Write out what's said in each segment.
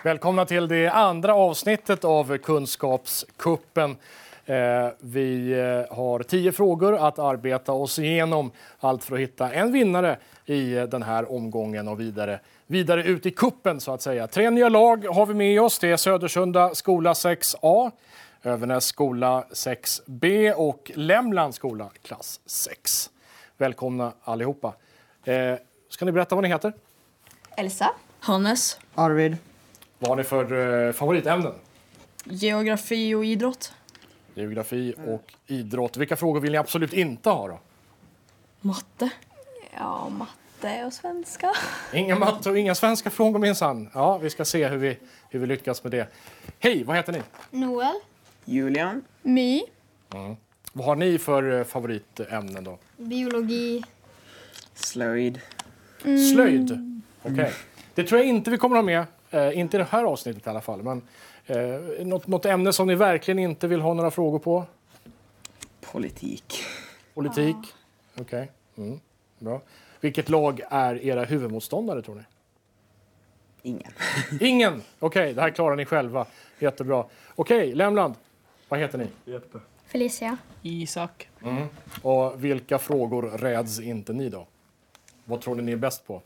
Välkomna till det andra avsnittet av Kunskapskuppen. Vi har 10 frågor att arbeta oss igenom. Allt för att hitta en vinnare i den här omgången och vidare ut i kuppen så att säga. 3 nya lag har vi med oss. Det är Södersunda skola 6A, Övernäs skola 6B och Lämland skola klass 6. Välkomna allihopa. Ska ni berätta vad ni heter? Elsa. Hannes. Arvid. Vad har ni för favoritämnen? Geografi och idrott. Geografi och idrott. Vilka frågor vill ni absolut inte ha då? Matte. Ja, matte och svenska. Inga matte och inga svenska frågor minsann. Ja, vi ska se hur vi lyckas med det. Hej, vad heter ni? Noel. Julian. My. Vad har ni för favoritämnen då? Biologi. Slöjd. Slöjd. Okej. Det tror jag inte vi kommer att ha med. Inte i det här avsnittet i alla fall. Men något ämne som ni verkligen inte vill ha några frågor på? Politik. Politik. Okej. Bra. Vilket lag är era huvudmotståndare tror ni? Ingen. Ingen! Okej, det här klarar ni själva. Jättebra. Okej, Lämland. Vad heter ni? Jeppe. Felicia. Isak. Och vilka frågor räds inte ni då? Vad tror ni är bäst på?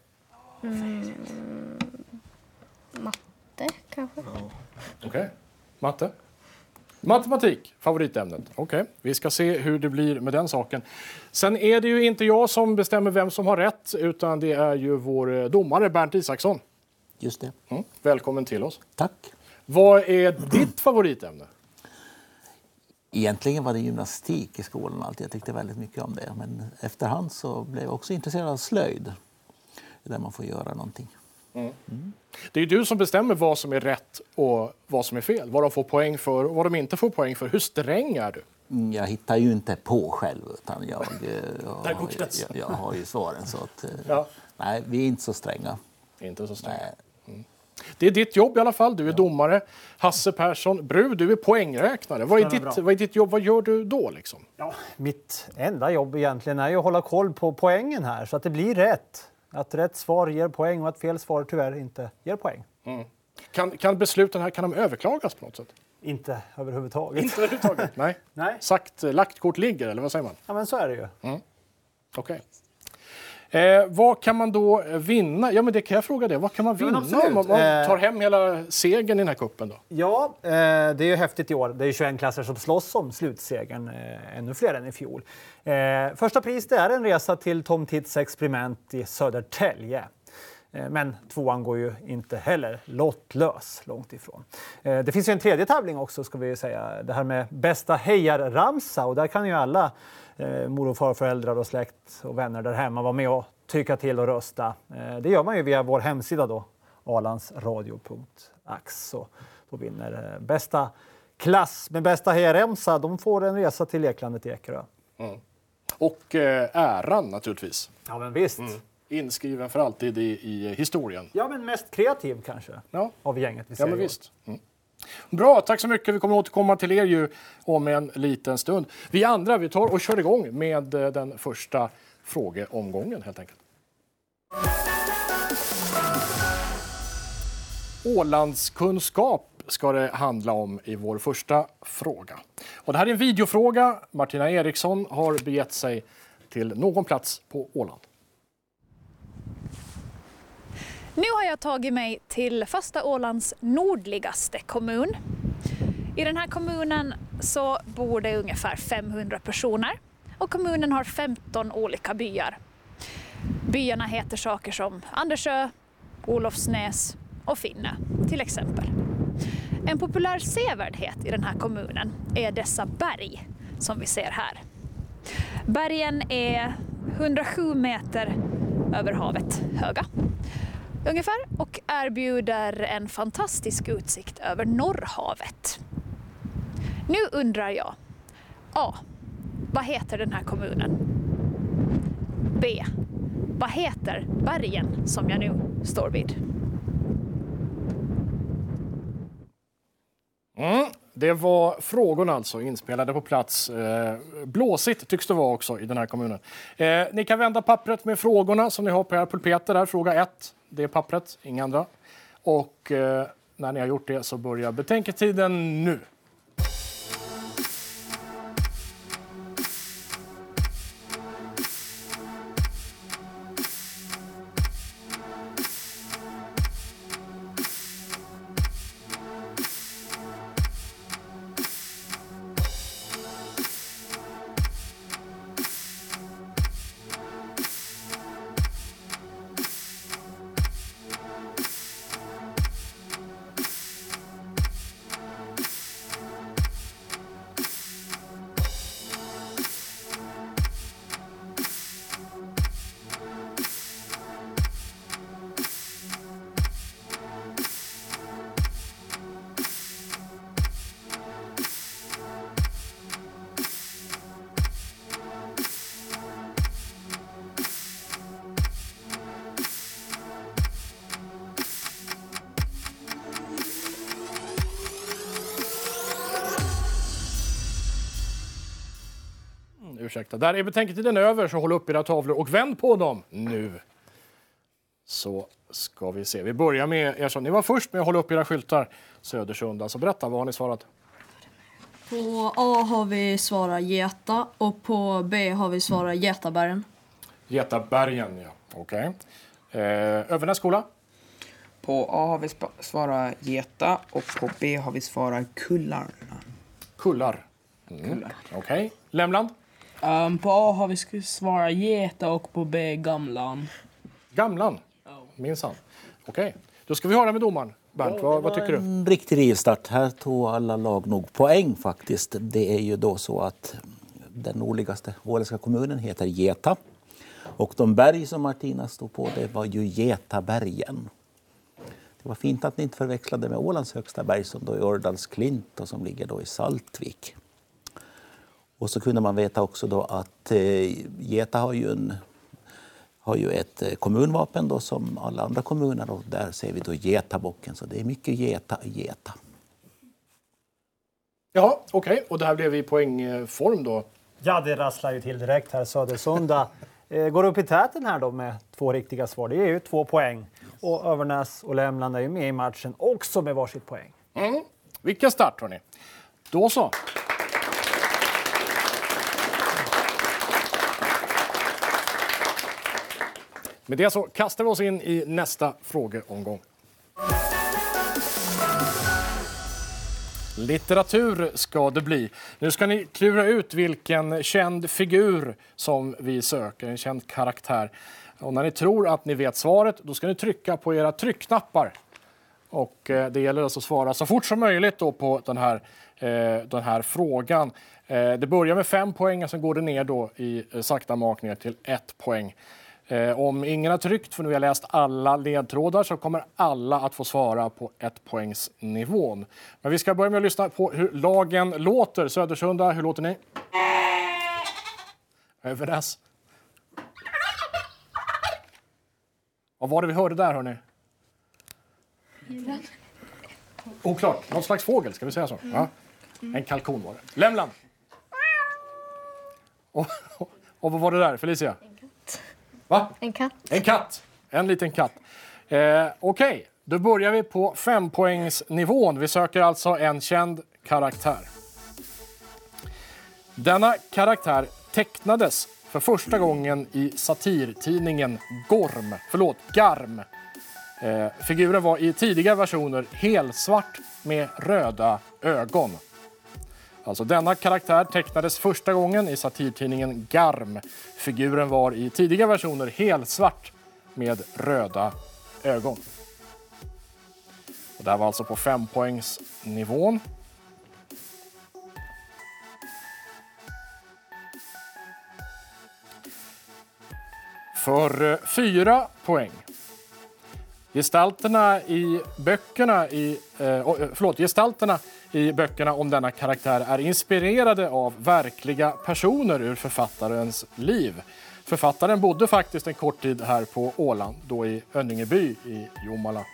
Matte kanske. Okej. Matte. Matematik, favoritämnet. Okej, vi ska se hur det blir med den saken. Sen är det ju inte jag som bestämmer vem som har rätt, utan det är ju vår domare Bernt Isaksson. Just det. Välkommen till oss. Tack. Vad är ditt favoritämne? Egentligen var det gymnastik i skolan alltid. Jag tyckte väldigt mycket om det. Men efterhand så blev jag också intresserad av slöjd. Där man får göra någonting. Det är ju du som bestämmer vad som är rätt och vad som är fel. Vad de får poäng för och vad de inte får poäng för. Hur sträng är du? Jag hittar ju inte på själv utan jag har ju svaren. Så att, nej, vi är inte så stränga. Inte så stränga. Det är ditt jobb i alla fall. Du är domare. Hasse Persson, Bru, du är poängräknare. Vad är ditt jobb? Vad gör du då liksom? Ja, mitt enda jobb egentligen är ju att hålla koll på poängen här så att det blir rätt. Att rätt svar ger poäng och att fel svar tyvärr inte ger poäng. Kan besluten här kan de överklagas på något sätt? Inte överhuvudtaget. Inte överhuvudtaget? Nej. Nej. Lagt kort ligger, eller vad säger man? Ja, men så är det ju. Okej. Vad kan man då vinna? Ja, men det kan jag fråga det. Vad kan man vinna om man tar hem hela segern i den här kuppen då? Ja, det är ju häftigt i år. Det är 21 klasser som slåss om slutsegern. Ännu fler än i fjol. Första pris det är en resa till Tom Tits experiment i Södertälje. Men tvåan går ju inte heller lottlös, långt ifrån. Det finns ju en tredje tävling också ska vi säga. Det här med bästa hejarramsa. Och där kan ju alla mor- och farföräldrar och släkt och vänner där hemma vara med och tycka till och rösta. Det gör man ju via vår hemsida då, alandsradio.ax. Så då vinner bästa klass med bästa hejarramsa. De får en resa till Leklandet i Ekerö. Och äran naturligtvis. Ja, men visst. Inskriven för alltid i historien. Ja, men mest kreativ kanske av gänget vi ser. Ja, men visst. Bra, tack så mycket. Vi kommer återkomma till er ju om en liten stund. Vi andra, vi tar och kör igång med den första frågeomgången helt enkelt. Ålandskunskap ska det handla om i vår första fråga. Och det här är en videofråga. Martina Eriksson har begett sig till någon plats på Åland. Nu har jag tagit mig till första Ålands nordligaste kommun. I den här kommunen så bor det ungefär 500 personer och kommunen har 15 olika byar. Byarna heter saker som Andersö, Olofsnäs och Finne till exempel. En populär sevärdhet i den här kommunen är dessa berg som vi ser här. Bergen är 107 meter över havet höga. Ungefär och erbjuder en fantastisk utsikt över Norrhavet. Nu undrar jag, A. Vad heter den här kommunen? B. Vad heter bergen som jag nu står vid? Det var frågorna alltså inspelade på plats. Blåsigt tycks det vara också i den här kommunen. Ni kan vända pappret med frågorna som ni har på era pulpeter där. Fråga 1, det är pappret, inga andra. Och När ni har gjort det så börjar betänketiden nu. Ursäkta, där är betänketiden över, så håll upp era tavlor och vänd på dem nu. Så ska vi se. Vi börjar med er som ni var först med att hålla upp era skyltar. Södersund, alltså berätta, vad har ni svarat? På A har vi svarat Geta och på B har vi svarat Getabergen. Getabergen, ja. Okej. Övernäs skola? På A har vi svarat Geta och på B har vi svarat Kullarna. Kullar. Okej. Lämland? På A har vi svarat Geta och på B Gamlan. Gamlan? Minsann. Okej. Då ska vi höra med domaren. Bernt, vad tycker du? En riktig rivstart. Här tog alla lag nog poäng faktiskt. Det är ju då så att den nordligaste åländska kommunen heter Geta. Och de berg som Martina stod på, det var ju Getabergen. Det var fint att ni inte förväxlade med Ålands högsta berg som då är Ördalsklint och som ligger då i Saltvik. Och så kunde man veta också då att Geta har ju ett kommunvapen då som alla andra kommuner, och där ser vi då getabocken, så det är mycket geta i Geta. Ja, okej. Och det här blev i poängform då. Ja, det rasslar ju till direkt här. Södersunda går upp i täten här då med 2 riktiga svar. Det är ju 2 poäng. Och Övernäs och Lämland är ju med i matchen också med varsitt poäng. Vilken start, hörni. Då så. Med det så kastar vi oss in i nästa frågeomgång. Litteratur ska det bli. Nu ska ni klura ut vilken känd figur som vi söker, en känd karaktär. Och när ni tror att ni vet svaret, då ska ni trycka på era tryckknappar. Och det gäller alltså att svara så fort som möjligt då på den här frågan. Det börjar med 5 poäng och sen går det ner då i sakta mak ner till 1 poäng. Om ingen har tryckt, för nu har jag läst alla ledtrådar, så kommer alla att få svara på 1 poängsnivån. Men vi ska börja med att lyssna på hur lagen låter. Södersunda, hur låter ni? Övernäs. Vad var det vi hörde där, hörni? Oklart. Någon slags fågel, ska vi säga så? Ja. En kalkon var det. Lämland. Och vad var det där, Felicia? Va? En katt. En katt. En liten katt. Okej, då börjar vi på 5-poängsnivån. Vi söker alltså en känd karaktär. Denna karaktär tecknades för första gången i satirtidningen Garm. Figuren var i tidiga versioner helsvart med röda ögon. Alltså denna karaktär tecknades första gången i satirtidningen Garm. Figuren var i tidiga versioner helsvart med röda ögon. Och det här var alltså på 5-poängsnivån. För 4 poäng. Gestalterna i böckerna om denna karaktär är inspirerade av verkliga personer ur författarens liv. Författaren bodde faktiskt en kort tid här på Åland, då i Önningeby i Jomala.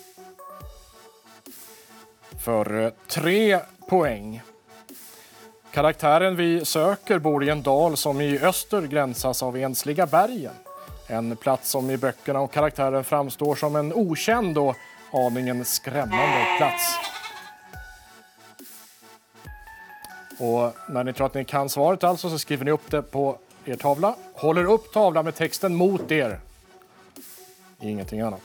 För 3 poäng. Karaktären vi söker bor i en dal som i öster gränsas av Ensliga bergen. En plats som i böckerna och karaktären framstår som en okänd och aningen skrämmande plats. Och när ni tror att ni kan svaret alltså så skriver ni upp det på er tavla. Håller upp tavlan med texten mot er. Ingenting annat.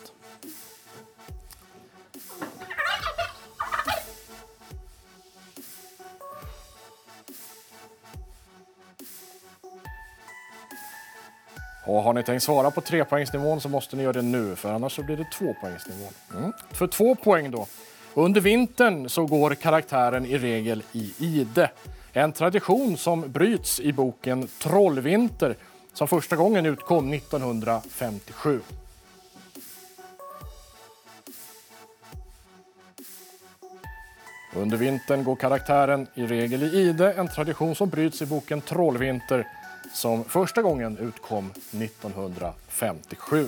Och har ni tänkt svara på 3-poängsnivån så måste ni göra det nu, för annars så blir det 2-poängsnivån. För 2 poäng då. Under vintern så går karaktären i regel i ide. En tradition som bryts i boken Trollvinter som första gången utkom 1957. Under vintern går karaktären i regel i ide. En tradition som bryts i boken Trollvinter som första gången utkom 1957.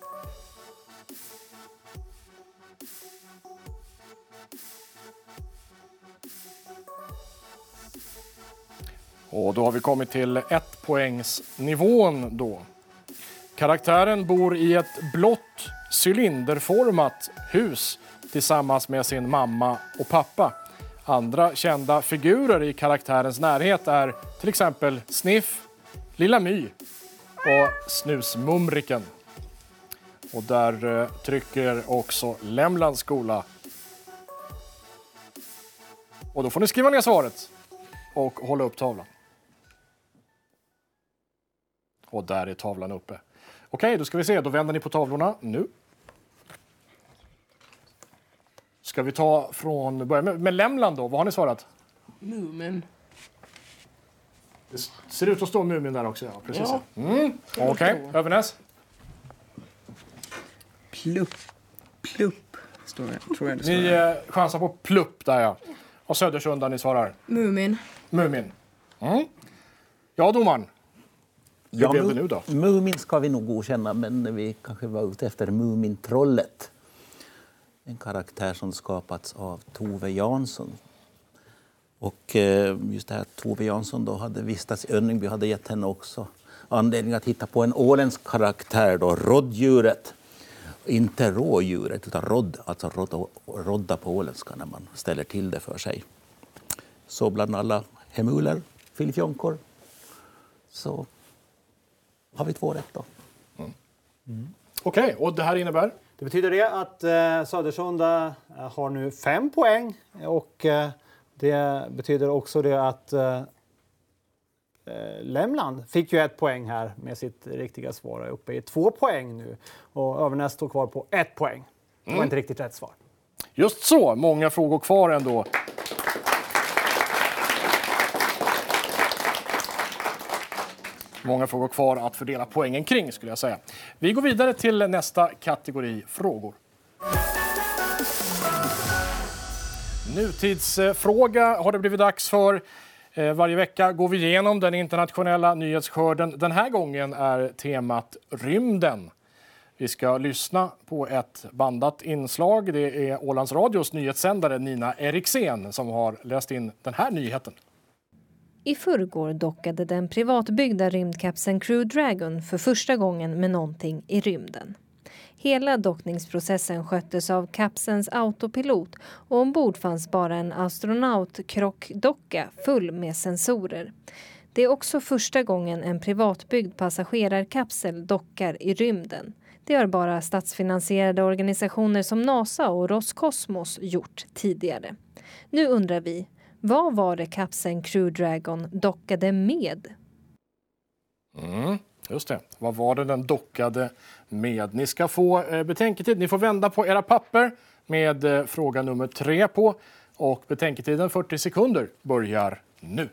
Och då har vi kommit till 1-poängsnivån då. Karaktären bor i ett blått cylinderformat hus tillsammans med sin mamma och pappa. Andra kända figurer i karaktärens närhet är till exempel Sniff, Lilla My och Snusmumriken. Och där trycker också Lämlands skola. Och då får ni skriva ner svaret och hålla upp tavlan. Och där är tavlan uppe. Okej, då ska vi se. Då vänder ni på tavlorna nu. Ska vi ta från början med Lämland då? Vad har ni svarat? Mumin. Det ser ut att stå Mumin där också. Ja, precis. Ja. Okej, Övernäs. Plupp. Står det, tror jag det står. Ni chansar på plupp där, ja. Och Södersunda, ni svarar? Mumin. Mumin. Ja, domaren. Hur blev det nu då? Mumin ska vi nog godkänna, men vi kanske var ute efter Mumintrollet. En karaktär som skapats av Tove Jansson. Och just det här Tove Jansson då hade vistats i Önningby, hade gett henne också anledning att hitta på en åländsk karaktär då, råddjuret. Inte rådjuret utan rodd, alltså rodda på åländska när man ställer till det för sig. Så bland alla hemuler, filfjonkor, så har vi 2 rätt då. Okej, och det här innebär? Det betyder det att Södersunda har nu 5 poäng och det betyder också det att Lämland fick ju 1 poäng här med sitt riktiga svar, är uppe i 2 poäng nu och Övernäs står kvar på 1 poäng. Det var inte riktigt rätt svar. Just så, många frågor kvar ändå. Många frågor kvar att fördela poängen kring skulle jag säga. Vi går vidare till nästa kategori frågor. Nutidsfråga har det blivit dags för. Varje vecka går vi igenom den internationella nyhetsskörden. Den här gången är temat rymden. Vi ska lyssna på ett bandat inslag. Det är Ålands Radios nyhetssändare Nina Eriksen som har läst in den här nyheten. I förrgår dockade den privatbyggda rymdkapseln Crew Dragon för första gången med någonting i rymden. Hela dockningsprocessen sköttes av kapselns autopilot och ombord fanns bara en astronautkrockdocka full med sensorer. Det är också första gången en privatbyggd passagerarkapsel dockar i rymden. Det har bara statsfinansierade organisationer som NASA och Roskosmos gjort tidigare. Nu undrar vi, vad var det kapseln Crew Dragon dockade med? Just det. Vad var det den dockade med? Ni ska få betänketid. Ni får vända på era papper med fråga nummer 3 på. Och betänketiden 40 sekunder börjar nu.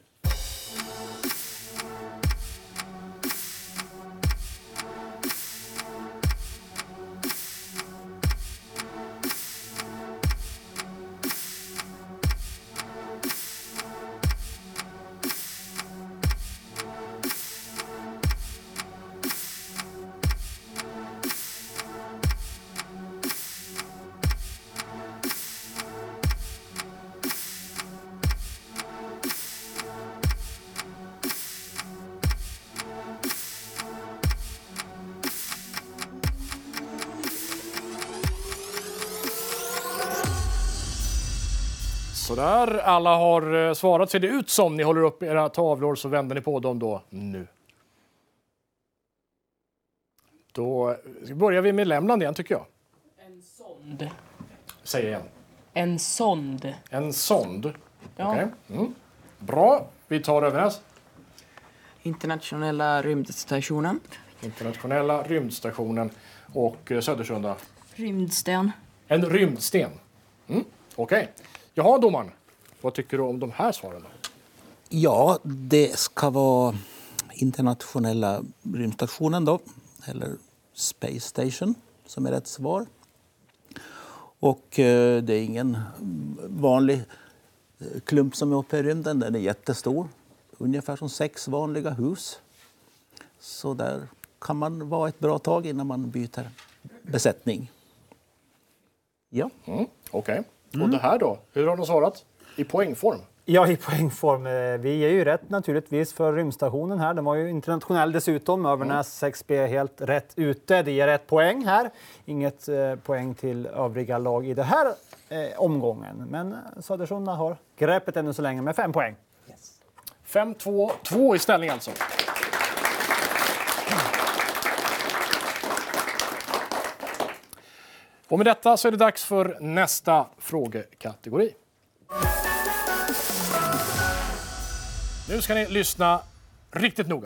Sådär, alla har svarat. Ser det ut som ni håller upp era tavlor så vänder ni på dem då nu. Då börjar vi med Lämland igen tycker jag. En sond. Säg igen. En sond. En sond. Ja. Okej. Bra, vi tar Övernäs. Internationella rymdstationen. Internationella rymdstationen och Södersunda. Rymdsten. En rymdsten. Okej. Jaha, domaren. Vad tycker du om de här svaren? Ja, det ska vara internationella rymdstationen då, eller Space Station som är rätt svar. Och det är ingen vanlig klump som är uppe i rymden, den är jättestor. Ungefär som 6 vanliga hus. Så där kan man vara ett bra tag innan man byter besättning. Ja. Okej. Och det här då? Hur har de svarat? I poängform? Ja, i poängform. Vi är ju rätt naturligtvis för rymdstationen här. Den var ju internationell dessutom. Övernäs 6B helt rätt ute. Det ger 1 poäng här. Inget poäng till övriga lag i det här omgången. Men Södersunda har greppet ännu så länge med 5 poäng. 5-2 i ställning alltså. Och med detta så är det dags för nästa frågekategori. Nu ska ni lyssna riktigt noga.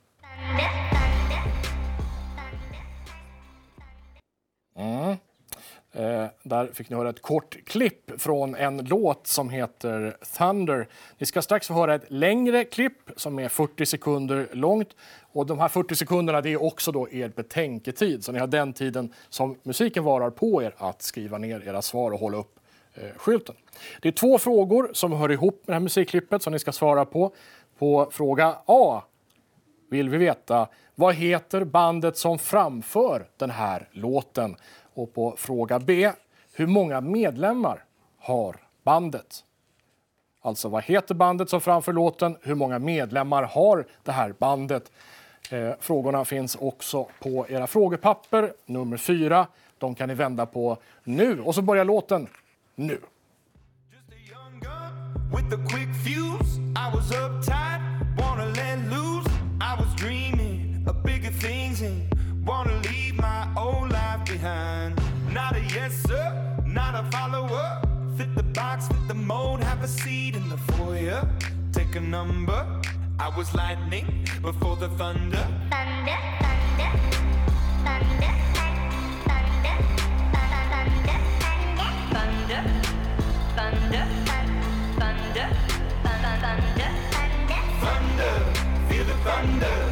Där fick ni höra ett kort klipp från en låt som heter Thunder. Ni ska strax få höra ett längre klipp som är 40 sekunder långt. Och de här 40 sekunderna det är också då er betänketid. Så ni har den tiden som musiken varar på er att skriva ner era svar och hålla upp skylten. Det är 2 frågor som hör ihop med det här musikklippet som ni ska svara på. På fråga A vill vi veta vad heter bandet som framför den här låten? Och på fråga B, hur många medlemmar har bandet? Alltså vad heter bandet som framför låten? Hur många medlemmar har det här bandet? Frågorna finns också på era frågepapper, nummer 4. De kan ni vända på nu. Och så börjar låten nu. With the quick fuse, I was uptight, wanna let loose. I was dreaming of bigger things and wanna leave my old life behind. Not a yes sir, not a follower. Fit the box, fit the mold, have a seat in the foyer. Take a number. I was lightning before the thunder. Thunder, thunder, thunder, thunder, thunder, thunder, thunder. Thunder, thunder, thunder, thunder, feel the thunder.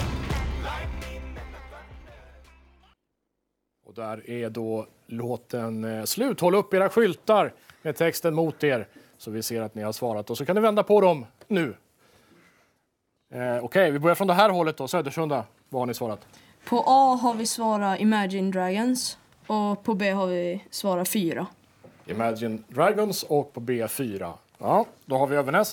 Och där är då låten slut. Håll upp era skyltar med texten mot er så vi ser att ni har svarat. Och så kan ni vända på dem nu. Okej, vi börjar från det här hållet då. Södersunda, vad har ni svarat? På A har vi svarat Imagine Dragons och på B har vi svarat 4. Imagine Dragons och på B4. Ja, då har vi Övernäs.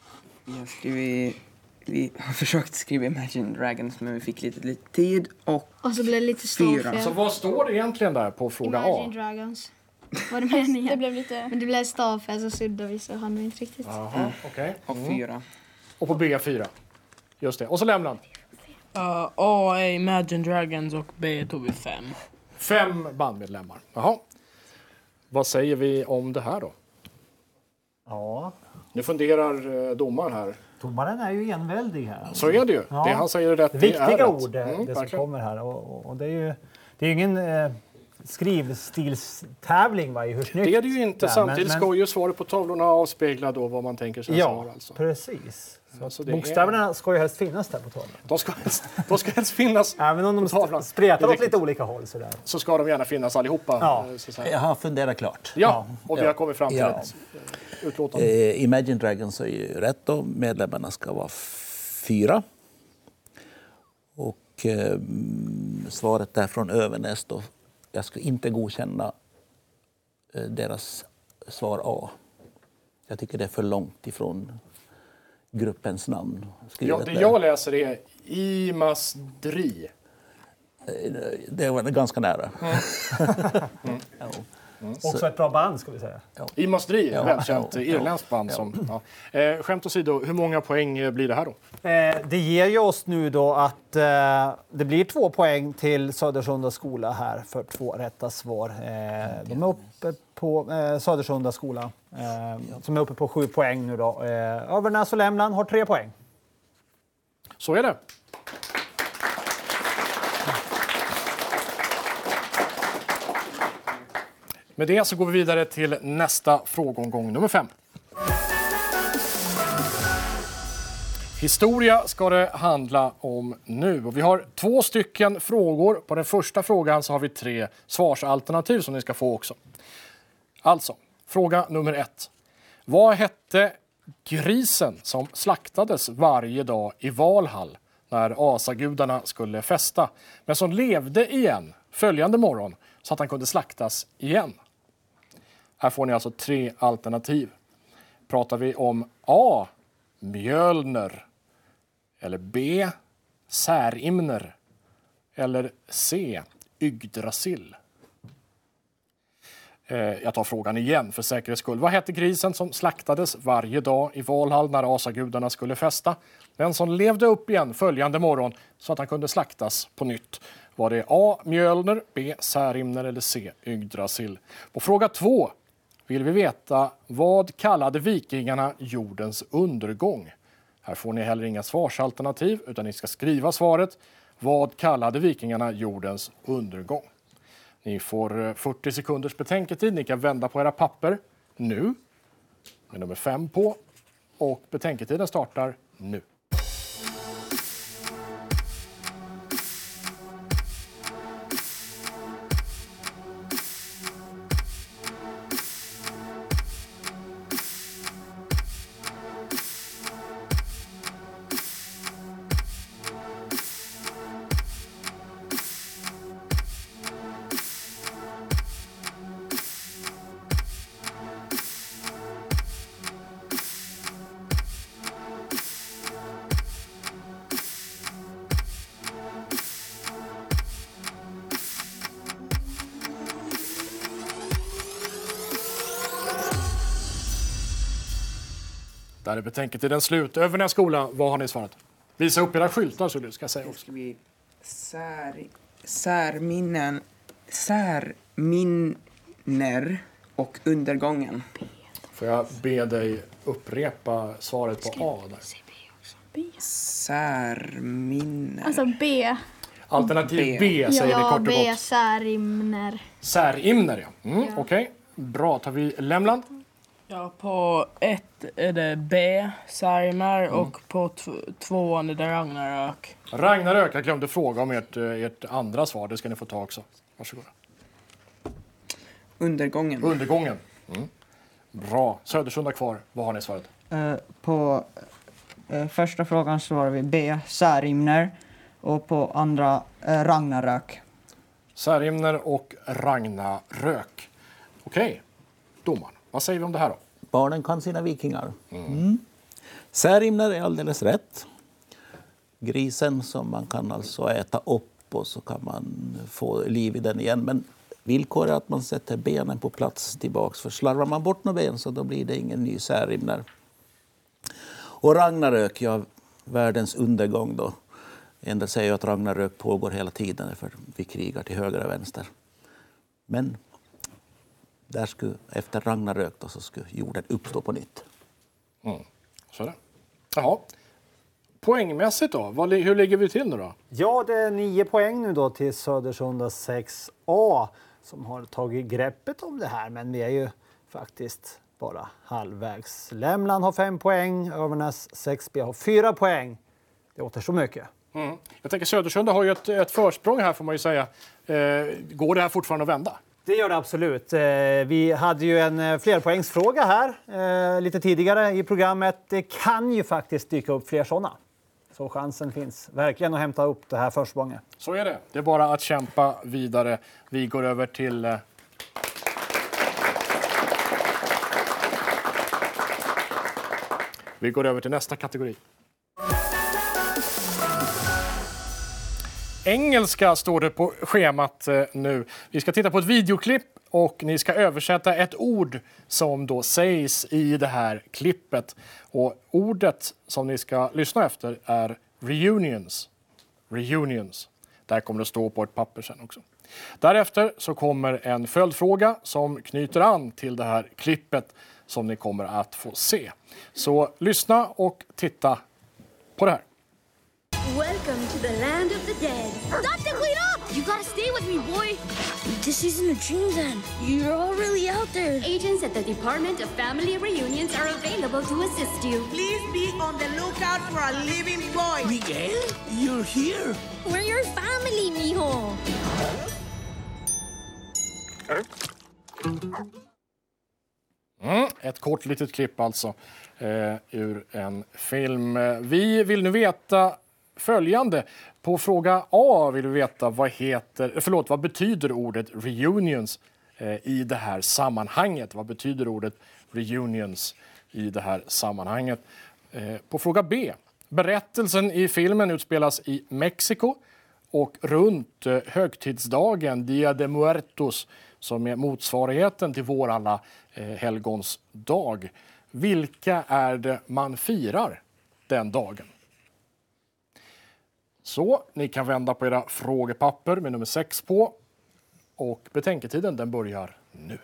Vi har försökt skriva Imagine Dragons men vi fick lite tid och så blev det lite stavfel. Så vad står det egentligen där på fråga A? Imagine Dragons. Var det meningen? Det blev lite... Men det blev stavfel så suddade vi så hann vi inte riktigt. Jaha, okej. Och 4. Och på B4. Just det. Och så Lämland. A är Imagine Dragons och B tog vi 5. 5 bandmedlemmar. Jaha. Vad säger vi om det här då? Ja. Nu funderar domaren här. Domaren är ju enväldig här. Så är det ju. Ja. Det han säger är rätt. Det viktiga är ord det som kommer här. Och det är ju ingen skrivstilstävling va, i hur snyggt. Det är det ju inte. Samtidigt ska ju svaret på tavlorna avspegla då vad man tänker sig svar. Alltså. Precis. Alltså bokstäverna ska ju helst finnas där på tavlan. De ska helst finnas. Även om de spretar åt lite olika håll sådär. Så ska de gärna finnas allihopa. Ja. Jag har funderat klart. Ja, och vi har kommit fram till ett utlåtande. Imagine Dragons är ju rätt då. Medlemmarna ska vara 4. Och svaret där från Övernäs då. Jag ska inte godkänna deras svar A. Jag tycker det är för långt ifrån gruppens namn. Ja, det jag läser är Imasdri. Det var ganska nära. Också ett bra band ska vi säga. I Masdri, välkänt irländskt band. Skämt åsido, hur många poäng blir det här då? Det ger ju oss nu då att det blir 2 poäng till Södersunda skola här för 2 rätta svar. De är uppe på Södersunda skola som är uppe på 7 poäng nu då. Övernäs och Lämland har 3 poäng. Så är det. Med det så går vi vidare till nästa frågeomgång, nummer 5. Historia ska det handla om nu. Och vi har 2 stycken frågor. På den första frågan så har vi 3 svarsalternativ som ni ska få också. Alltså, fråga nummer 1. Vad hette grisen som slaktades varje dag i Valhall när asagudarna skulle festa, men som levde igen följande morgon så att han kunde slaktas igen? Här får ni alltså 3 alternativ. Pratar vi om A. Mjölner, eller B. Särimner, eller C. Yggdrasil? Jag tar frågan igen för säkerhets skull. Vad hette grisen som slaktades varje dag i Valhall när asagudarna skulle festa, men som levde upp igen följande morgon så att han kunde slaktas på nytt? Var det A. Mjölner, B. Särimner eller C. Yggdrasil? På fråga 2 vill vi veta vad kallade vikingarna jordens undergång? Här får ni heller inga svarsalternativ utan ni ska skriva svaret. Vad kallade vikingarna jordens undergång? Ni får 40 sekunders betänketid. Ni kan vända på era papper nu med nummer 5 på. Och betänketiden startar nu. Där är betänketiden slut. Övernäs skola, vad har ni svarat? Visa upp era skyltar så du ska säga också. Särminner och undergången. Får jag be dig upprepa svaret på A där? Särminner. Alltså B. Alternativ B säger vi kort och B. gott. Särimner. Särimner, ja. Okej. Bra, tar vi Lämland. Ja, på 1 är det B, Särimner, och på 2 är det Ragnarök. Ragnarök, jag glömde fråga om ert andra svar. Det ska ni få ta också. Varsågoda. Undergången. Undergången. Bra. Södersunda kvar. Vad har ni svarat? På första frågan svarar vi B, Särimner, och på andra Ragnarök. Särimner och Ragnarök. Okej. Domaren, vad säger vi om det här då? Barnen kan sina vikingar. Särimner är alldeles rätt. Grisen som man kan alltså äta upp och så kan man få liv i den igen. Men villkoret är att man sätter benen på plats tillbaks. För slarvar man bort några ben så då blir det ingen ny Särimner. Och Ragnarök, ja, världens undergång då. En del säger att Ragnarök pågår hela tiden för vi krigar till höger och vänster. Men där skulle, efter Ragnarök då, så skulle jorden uppstå på nytt. Så är det. Jaha. Poängmässigt då, hur ligger vi till nu då? Ja, det är 9 poäng nu då till Södersunda 6A som har tagit greppet om det här. Men vi är ju faktiskt bara halvvägs. Lämland har 5 poäng, Övernäs 6B har 4 poäng. Det återstår mycket. Jag tänker Södersunda har ju ett försprång här får man ju säga. Går det här fortfarande att vända? Det gör det absolut. Vi hade ju en flerpoängsfråga här lite tidigare i programmet. Det kan ju faktiskt dyka upp fler sådana. Så chansen finns verkligen att hämta upp det här försprånget. Så är det. Det är bara att kämpa vidare. Vi går över till... Vi går över till nästa kategori. Engelska står det på schemat nu. Vi ska titta på ett videoklipp och ni ska översätta ett ord som då sägs i det här klippet. Och ordet som ni ska lyssna efter är reunions. Reunions. Där kommer det stå på ett papper sen också. Därefter så kommer en följdfråga som knyter an till det här klippet som ni kommer att få se. Så lyssna och titta på det här. Welcome to the land of the dead. Dr. Guido! You gotta stay with me, boy. This isn't a dream then. You're all really out there. Agents at the Department of Family Reunions are available to assist you. Please be on the lookout for a living boy. Miguel, you're here. We're your family, mijo. Ett kort litet klipp alltså ur en film. Vi vill nu veta följande. På fråga A vill vi veta vad betyder ordet reunions i det här sammanhanget? Vad betyder ordet reunions i det här sammanhanget? På fråga B. Berättelsen i filmen utspelas i Mexiko och runt högtidsdagen Dia de Muertos som är motsvarigheten till vår alla helgons dag. Vilka är det man firar den dagen? Så, ni kan vända på era frågepapper med nummer 6 på. Och betänketiden den börjar nu.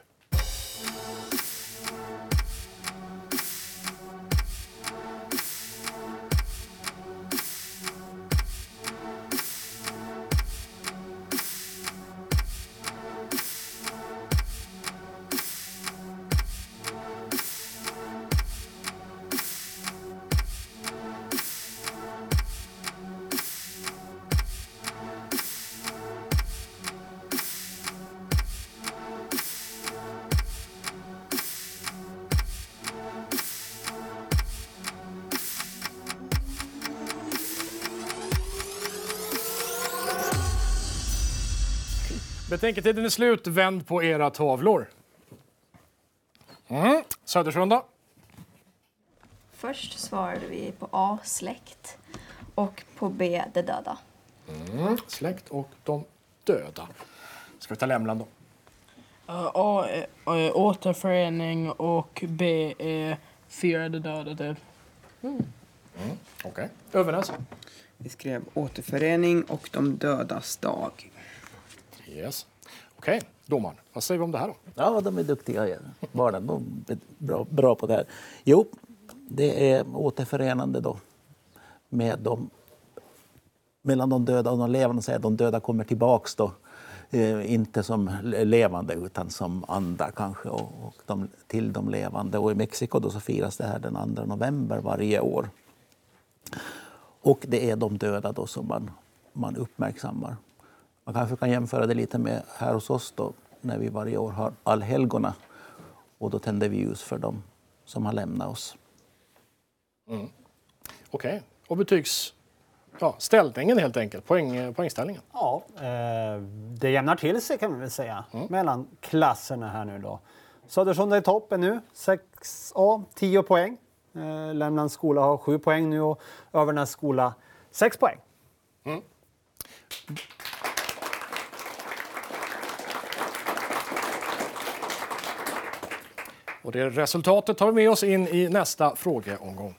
Betänketiden är slut. Vänd på era tavlor. Södersrunda. Först svarade vi på A, släkt. Och på B, det döda. Släkt och de döda. Ska vi ta lämlan då? A är återförening och B är fira det döda. Okej. Övernäs. Vi skrev återförening och de dödas dag. Yes. Okej, domaren. Vad säger vi om det här då? Ja, de är duktiga. Barnen, de är bra på det här. Jo, det är återförenande då med mellan de döda och de levande. Så de döda kommer tillbaks då. Inte som levande utan som andra kanske och till de levande. Och i Mexiko då så firas det här den 2 november varje år. Och det är de döda då som man uppmärksammar. Man kanske kan jämföra det lite med här hos oss då, när vi varje år har allhelgona. Och då tänder vi ljus för dem som har lämnat oss. Okej. Och ställningen helt enkelt, poängställningen. Ja, det jämnar till sig kan man väl säga mellan klasserna här nu då. Södersund är i toppen nu, 6A, 10 poäng. Lämnans skola har 7 poäng nu och Övernäs skola 6 poäng. Och det resultatet tar vi med oss in i nästa frågeomgång.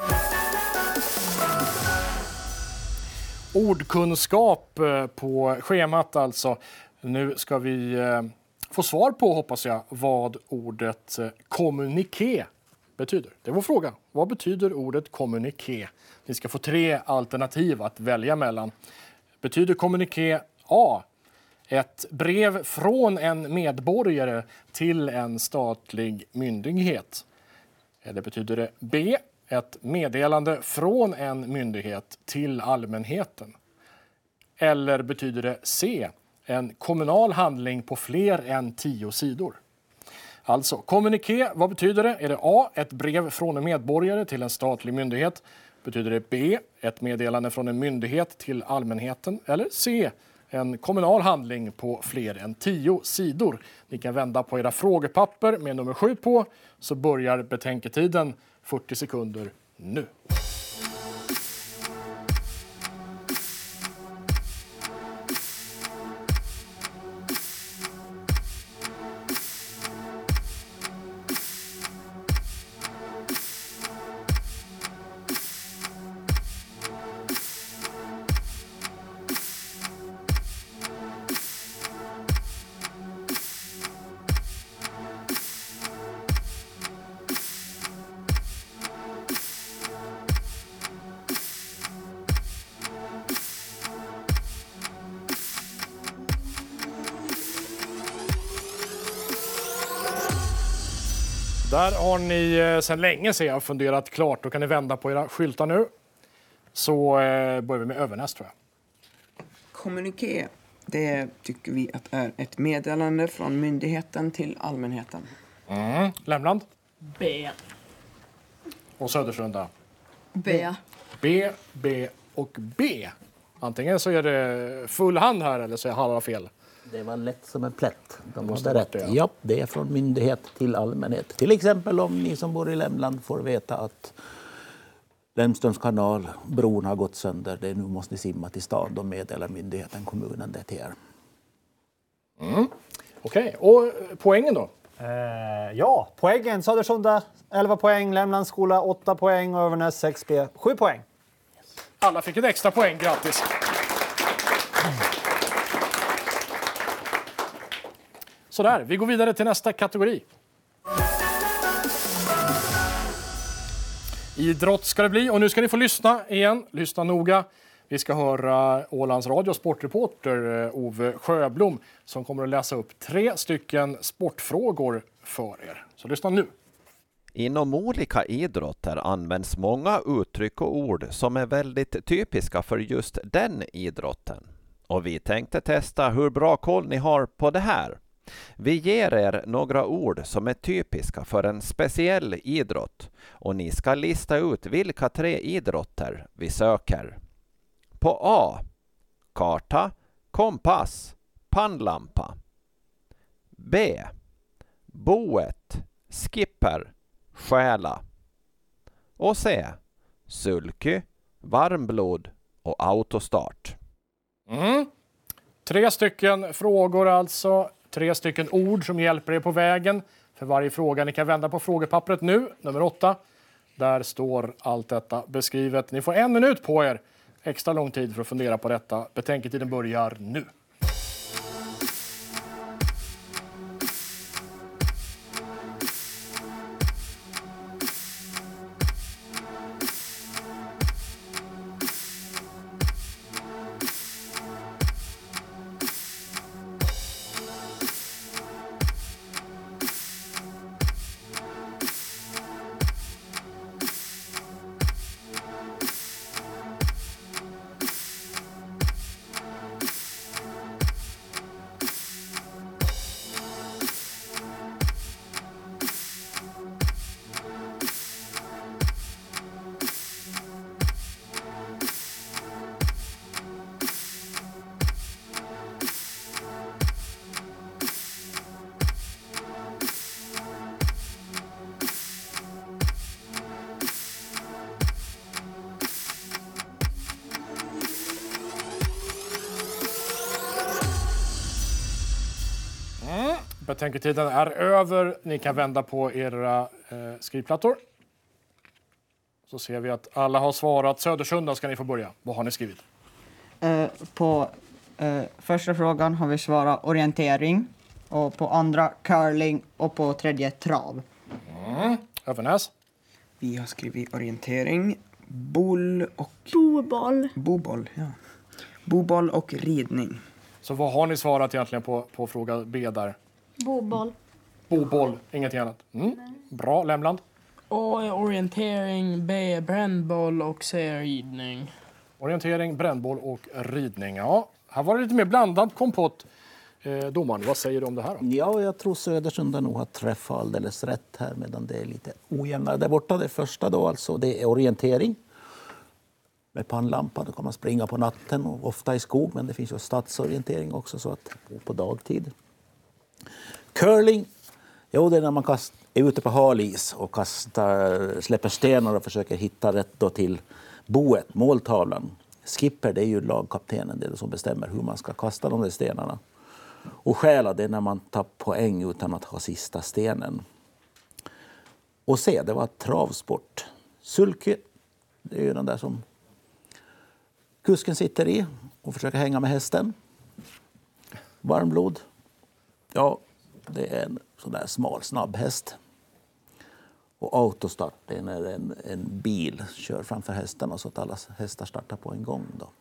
Ordkunskap på schemat alltså. Nu ska vi få svar på, hoppas jag, vad ordet kommuniké betyder. Det var frågan. Vad betyder ordet kommuniké? Ni ska få 3 alternativ att välja mellan. Betyder kommuniké A. Ett brev från en medborgare till en statlig myndighet? Eller betyder det B. Ett meddelande från en myndighet till allmänheten? Eller betyder det C. En kommunal handling på fler än 10 sidor? Alltså, kommuniké, vad betyder det? Är det A. Ett brev från en medborgare till en statlig myndighet? Betyder det B. Ett meddelande från en myndighet till allmänheten? Eller C. En kommunal handling på fler än 10 sidor. Ni kan vända på era frågepapper med nummer 7 på, så börjar betänketiden 40 sekunder nu. Där har ni sedan länge ser jag funderat klart. Då kan ni vända på era skyltar nu. Så börjar vi med Övernäs tror jag. Kommuniké, det tycker vi att är ett meddelande från myndigheten till allmänheten. Lämland? B. Och Södersunda? B. B och B. Antingen så är det full hand här eller så är halva fel. Det var lätt som en plätt. De måste hade ha rätt. varit det, Ja, det är från myndighet till allmänhet. Till exempel om ni som bor i Lämland får veta att Lemströms kanal, bron har gått sönder. Nu måste ni simma till stan. Då meddelar myndigheten, kommunen det till er. Okej, och poängen då? Ja, poängen. Södersunda 11 poäng, Lämlands skola 8 poäng och Övernäs 6B 7 poäng. Alla fick ett extra poäng, grattis. Sådär, vi går vidare till nästa kategori. Idrott ska det bli och nu ska ni få lyssna igen. Lyssna noga. Vi ska höra Ålands Radio sportreporter Ove Sjöblom som kommer att läsa upp 3 stycken sportfrågor för er. Så lyssna nu. Inom olika idrotter används många uttryck och ord som är väldigt typiska för just den idrotten. Och vi tänkte testa hur bra koll ni har på det här. Vi ger er några ord som är typiska för en speciell idrott och ni ska lista ut vilka 3 idrotter vi söker. På A. Karta, kompass, pannlampa. B. Boet, skipper, stjäla. Och C. Sulky, varmblod och autostart. 3 stycken frågor alltså. 3 stycken ord som hjälper er på vägen. För varje fråga ni kan vända på frågepappret nu, nummer 8. Där står allt detta beskrivet. Ni får 1 minut på er. Extra lång tid för att fundera på detta. Betänketiden börjar nu. Betänketiden är över. Ni kan vända på era skrivplattor. Så ser vi att alla har svarat. Södersunda ska ni få börja. Vad har ni skrivit? På första frågan har vi svarat orientering. Och på andra curling och på tredje trav. Övernäs? Vi har skrivit orientering, boll och... Boboll, ja. Boboll och ridning. Så vad har ni svarat egentligen på fråga B där? Boboll. Boboll, ingenting annat. Bra, Lämland. A är orientering, B är brännboll och C är ridning. Orientering, brännboll och ridning. Ja, här var det lite mer blandad kompott. Domaren, vad säger du om det här då? Ja, jag tror Södersunda nog har träffat alldeles rätt här medan det är lite ojämnare där borta. Det första då alltså, det är orientering. Med pannlampa, då kan man springa på natten och ofta i skog, men det finns ju stadsorientering också så att på dagtid. Curling, jo det är när man är ute på halis och släpper stenar och försöker hitta rätt då till boet, måltavlan. Skipper, det är ju lagkaptenen, det är det som bestämmer hur man ska kasta de där stenarna. Och stjäla, det är när man tar poäng utan att ha sista stenen. Och C, det var travsport. Sulky, det är ju den där som kusken sitter i och försöker hänga med hästen. Varmblod, ja, det är en sån där smal snabb häst. Och autostart, det är när en bil kör framför hästarna så att alla hästar startar på en gång då.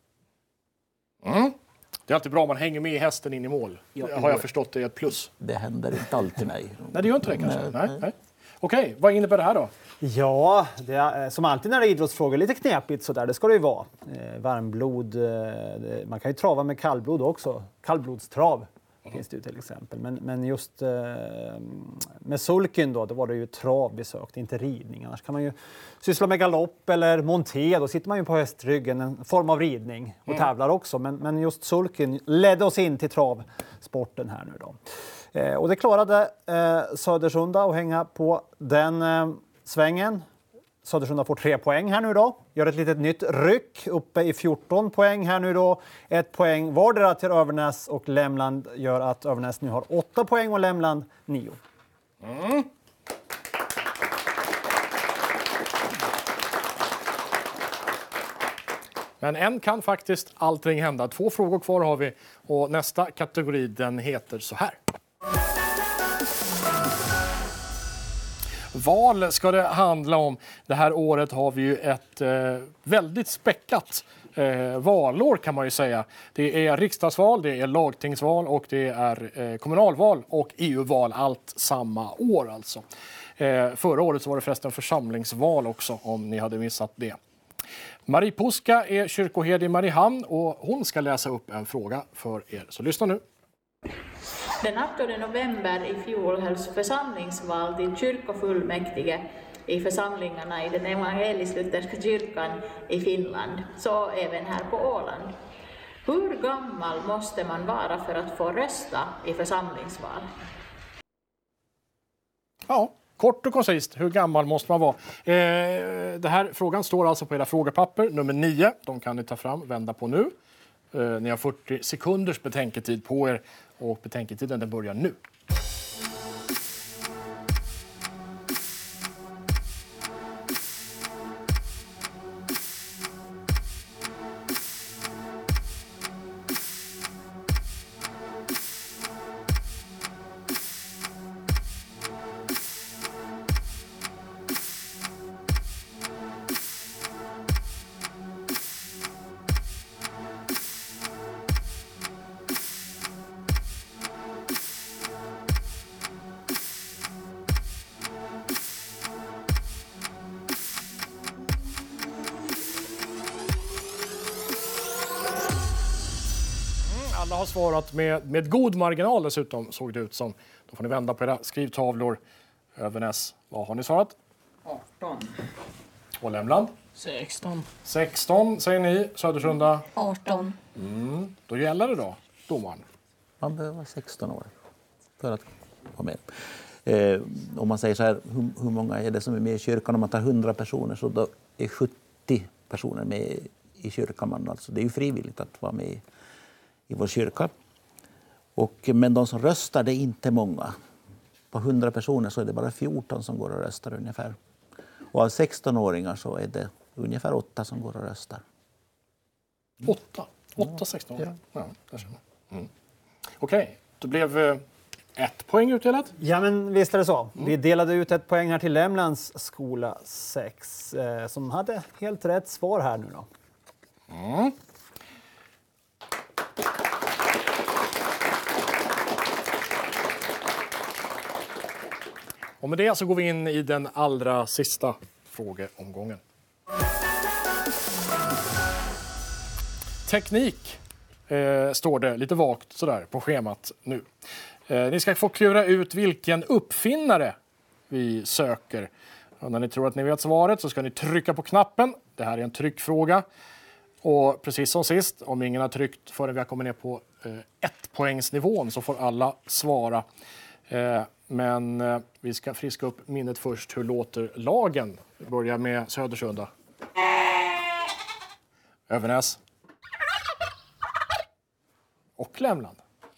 Det är alltid bra om man hänger med hästen in i mål. Ja, har jag förstått, det är ett plus. Det händer inte alltid mig. Nej, det gör inte det kanske. Nej. Okej, vad innebär det här då? Ja, det är, som alltid när det är idrottsfrågor, lite knepigt sådär, det ska det ju vara. Varmblod, man kan ju trava med kallblod också. Kallblodstrav finns det ju till exempel. Men just med sulken då var det ju trav vi sökte, inte ridning. Annars kan man ju syssla med galopp eller monté, då sitter man ju på hästryggen, en form av ridning och tävlar också. Men just sulken ledde oss in till travsporten här nu då. Och det klarade Södersunda att hänga på den svängen. Södersunda får 3 poäng här nu då. Gör ett litet nytt ryck uppe i 14 poäng här nu då. 1 poäng vardera till Övernäs och Lämland gör att Övernäs nu har 8 poäng och Lämland 9. Men än kan faktiskt allting hända. 2 frågor kvar har vi och nästa kategori den heter så här. Val ska det handla om. Det här året har vi ju ett väldigt späckat valår kan man ju säga. Det är riksdagsval, det är lagtingsval och det är kommunalval och EU-val allt samma år alltså. Förra året så var det förresten församlingsval också om ni hade missat det. Marie Puska är kyrkoherde i Mariehamn och hon ska läsa upp en fråga för er. Så lyssna nu. Den 18 november i fjol hölls församlingsval till kyrkofullmäktige i församlingarna i den evangelisk-lutherska kyrkan i Finland, så även här på Åland. Hur gammal måste man vara för att få rösta i församlingsval? Ja, kort och koncist. Hur gammal måste man vara? Det här frågan står alltså på era frågepapper, nummer 9. De kan ni ta fram, vända på nu. Ni har 40 sekunders betänketid på er och betänketiden den börjar nu. Alla har svarat med god marginal dessutom, såg det ut som. Då får ni vända på era skrivtavlor. Övernäs, vad har ni svarat? 18. Och Lämland? 16. 16 säger ni. Södersunda? 18. Då gäller det då, domaren. Man behöver vara 16 år för att vara med. Om man säger så här, hur många är det som är med i kyrkan? Om man tar 100 personer så då är 70 personer med i kyrkan. Alltså det är ju frivilligt att vara med i vår kyrka. Men de som röstar, det är inte många. På 100 personer så är det bara 14 som går och röstar ungefär. Och av 16-åringar så är det ungefär 8 som går och röstar. 8 16-åringar? Ja, där ser man. Okej, då blev 1 poäng utdelat. Ja, men visst är det så. Vi delade ut 1 poäng här till Lämlands skola 6 som hade helt rätt svar här nu då. Och med det så går vi in i den allra sista frågeomgången. Teknik står det lite vagt sådär på schemat nu. Ni ska få klura ut vilken uppfinnare vi söker. Och när ni tror att ni vet svaret så ska ni trycka på knappen. Det här är en tryckfråga. Och precis som sist, om ingen har tryckt förrän vi har kommit ner på 1-poängsnivån så får alla svara. Men vi ska friska upp minnet först. Hur låter lagen? Vi börjar med Södersunda. Övernäs. Och Lämland.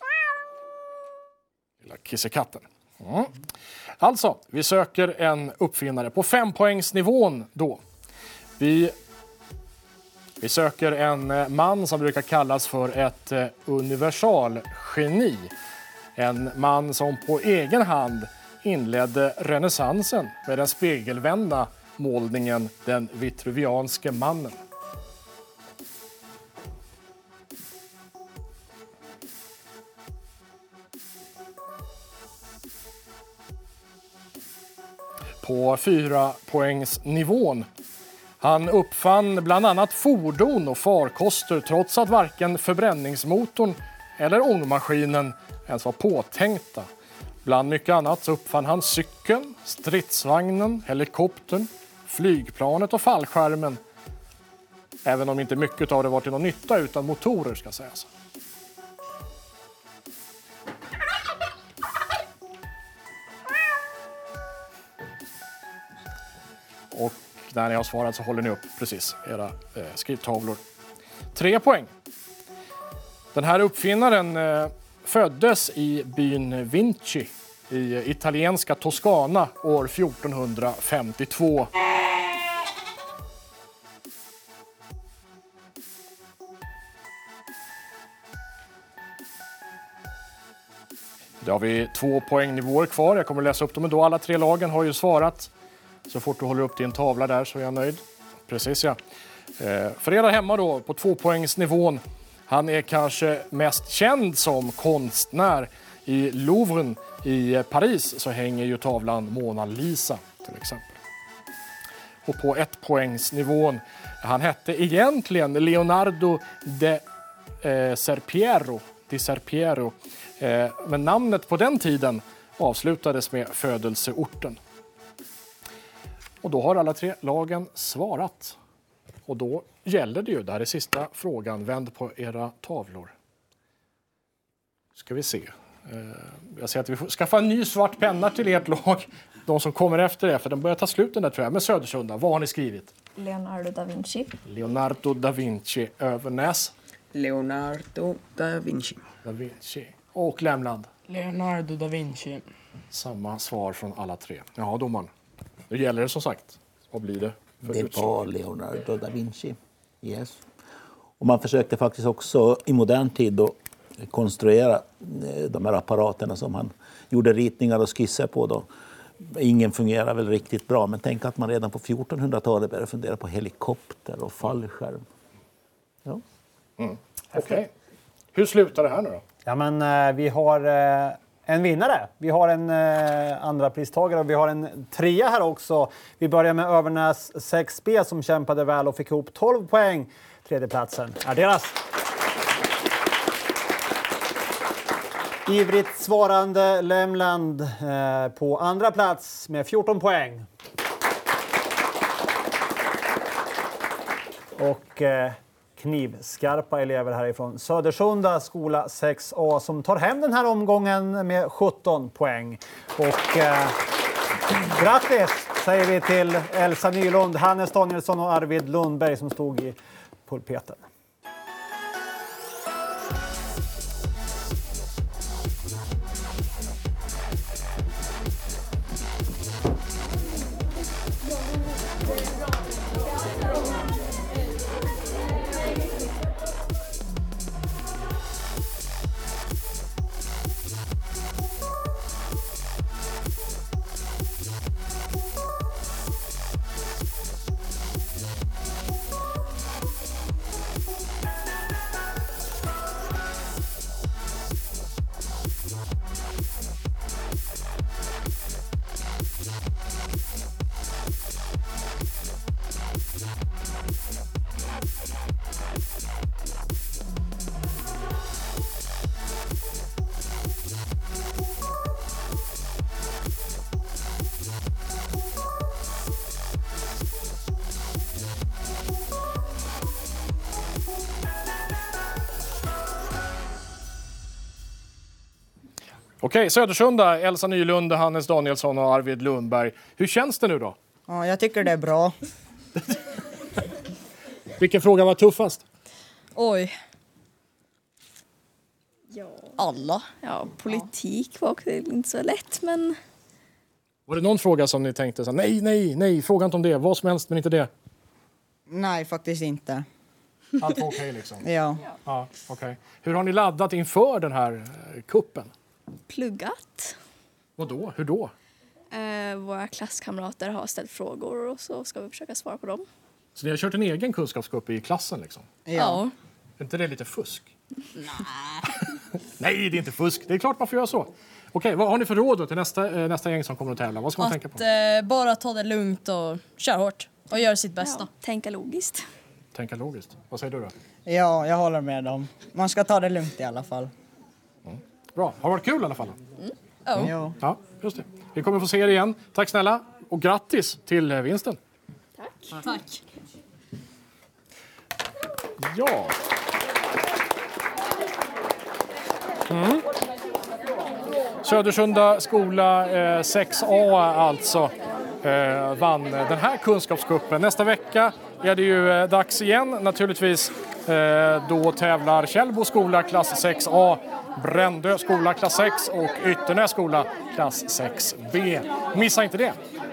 Lilla kissekatten. Alltså, vi söker en uppfinnare på 5-poängsnivån då. Vi söker en man som brukar kallas för ett universalgeni. En man som på egen hand inledde renässansen med den spegelvända målningen Den vitruvianske mannen. på 4-poängsnivån. Han uppfann bland annat fordon och farkoster trots att varken förbränningsmotorn eller ångmaskinen ens var påtänkta. Bland mycket annat så uppfann han cykeln, stridsvagnen, helikoptern, flygplanet och fallskärmen. Även om inte mycket av det var till någon nytta utan motorer ska sägas. Och när ni har svarat så håller ni upp precis era skrivtavlor. 3 poäng. Den här uppfinnaren föddes i byn Vinci i italienska Toscana år 1452. Då har vi 2 poängnivåer kvar. Jag kommer att läsa upp dem då. Alla 3 lagen har ju svarat. Så fort du håller upp din tavla där så är jag nöjd. Precis ja. För er där hemma då på 2-poängsnivån. Han är kanske mest känd som konstnär. I Louvren i Paris så hänger ju tavlan Mona Lisa till exempel. Och på 1-poängsnivån. Han hette egentligen Leonardo de Serpiero. Men namnet på den tiden avslutades med födelseorten. Och då har alla 3 lagen svarat. Och då gäller det ju, där är sista frågan, vänd på era tavlor. Ska vi se. Jag säger att vi får skaffa en ny svart penna till ert lag. De som kommer efter det, för den börjar ta slut den där tror jag. Men Södersunda, vad har ni skrivit? Leonardo da Vinci. Leonardo da Vinci, Övernäs. Leonardo da Vinci. Da Vinci. Och Lämland. Leonardo da Vinci. Samma svar från alla 3. Ja, domaren. Nu gäller det som sagt. Vad blir det för Det utslag? var Leonardo da Vinci. Yes. Och man försökte faktiskt också i modern tid då konstruera de här apparaterna som han gjorde ritningar och skisser på då. Ingen fungerar väl riktigt bra, men tänk att man redan på 1400-talet började fundera på helikopter och fallskärm. Ja. Okej. Hur slutar det här nu då? Ja, men vi har en vinnare. Vi har en andra pristagare och vi har en 3 här också. Vi börjar med Övernäs 6B som kämpade väl och fick ihop 12 poäng. 3:e platsen är deras. Ivrigt svarande Lämland på andra plats med 14 poäng. Och knivskarpa elever härifrån Södersunda skola 6A som tar hem den här omgången med 17 poäng. Och grattis säger vi till Elsa Nylund, Hannes Danielsson och Arvid Lundberg som stod i pulpeten. Okej, Södersunda, Elsa Nylund, Hannes Danielsson och Arvid Lundberg. Hur känns det nu då? Ja, jag tycker det är bra. Vilken fråga var tuffast? Oj. Ja. Alla. Ja, politik var också inte så lätt, men... Var det någon fråga som ni tänkte så här, nej, fråga inte om det, vad som helst men inte det? Nej, faktiskt inte. Allt var okej liksom? Ja. Ja, okej. Hur har ni laddat inför den här kuppen? Pluggat. Vadå? Hur då? Våra klasskamrater har ställt frågor och så ska vi försöka svara på dem. Så ni har kört en egen kunskapskupp i klassen liksom? Ja. Är inte det lite fusk? Nej, det är inte fusk. Det är klart man får göra så. Okej, vad har ni för råd till nästa gäng som kommer att tävla? Vad ska man tänka på? Bara ta det lugnt och köra hårt. Och göra sitt bästa. Ja, tänka logiskt. Tänka logiskt. Vad säger du då? Ja, jag håller med dem. Man ska ta det lugnt i alla fall. Bra. Har det varit kul i alla fall? Jo. Ja, just det. Vi kommer få se er igen. Tack snälla. Och grattis till vinsten. Tack. Ja. Södersunda skola 6A alltså vann den här kunskapskuppen. Nästa vecka är det ju dags igen naturligtvis. Då tävlar Källbo skola klass 6A, Brändö skola klass 6 och Ytternäs skola klass 6B. Missa inte det.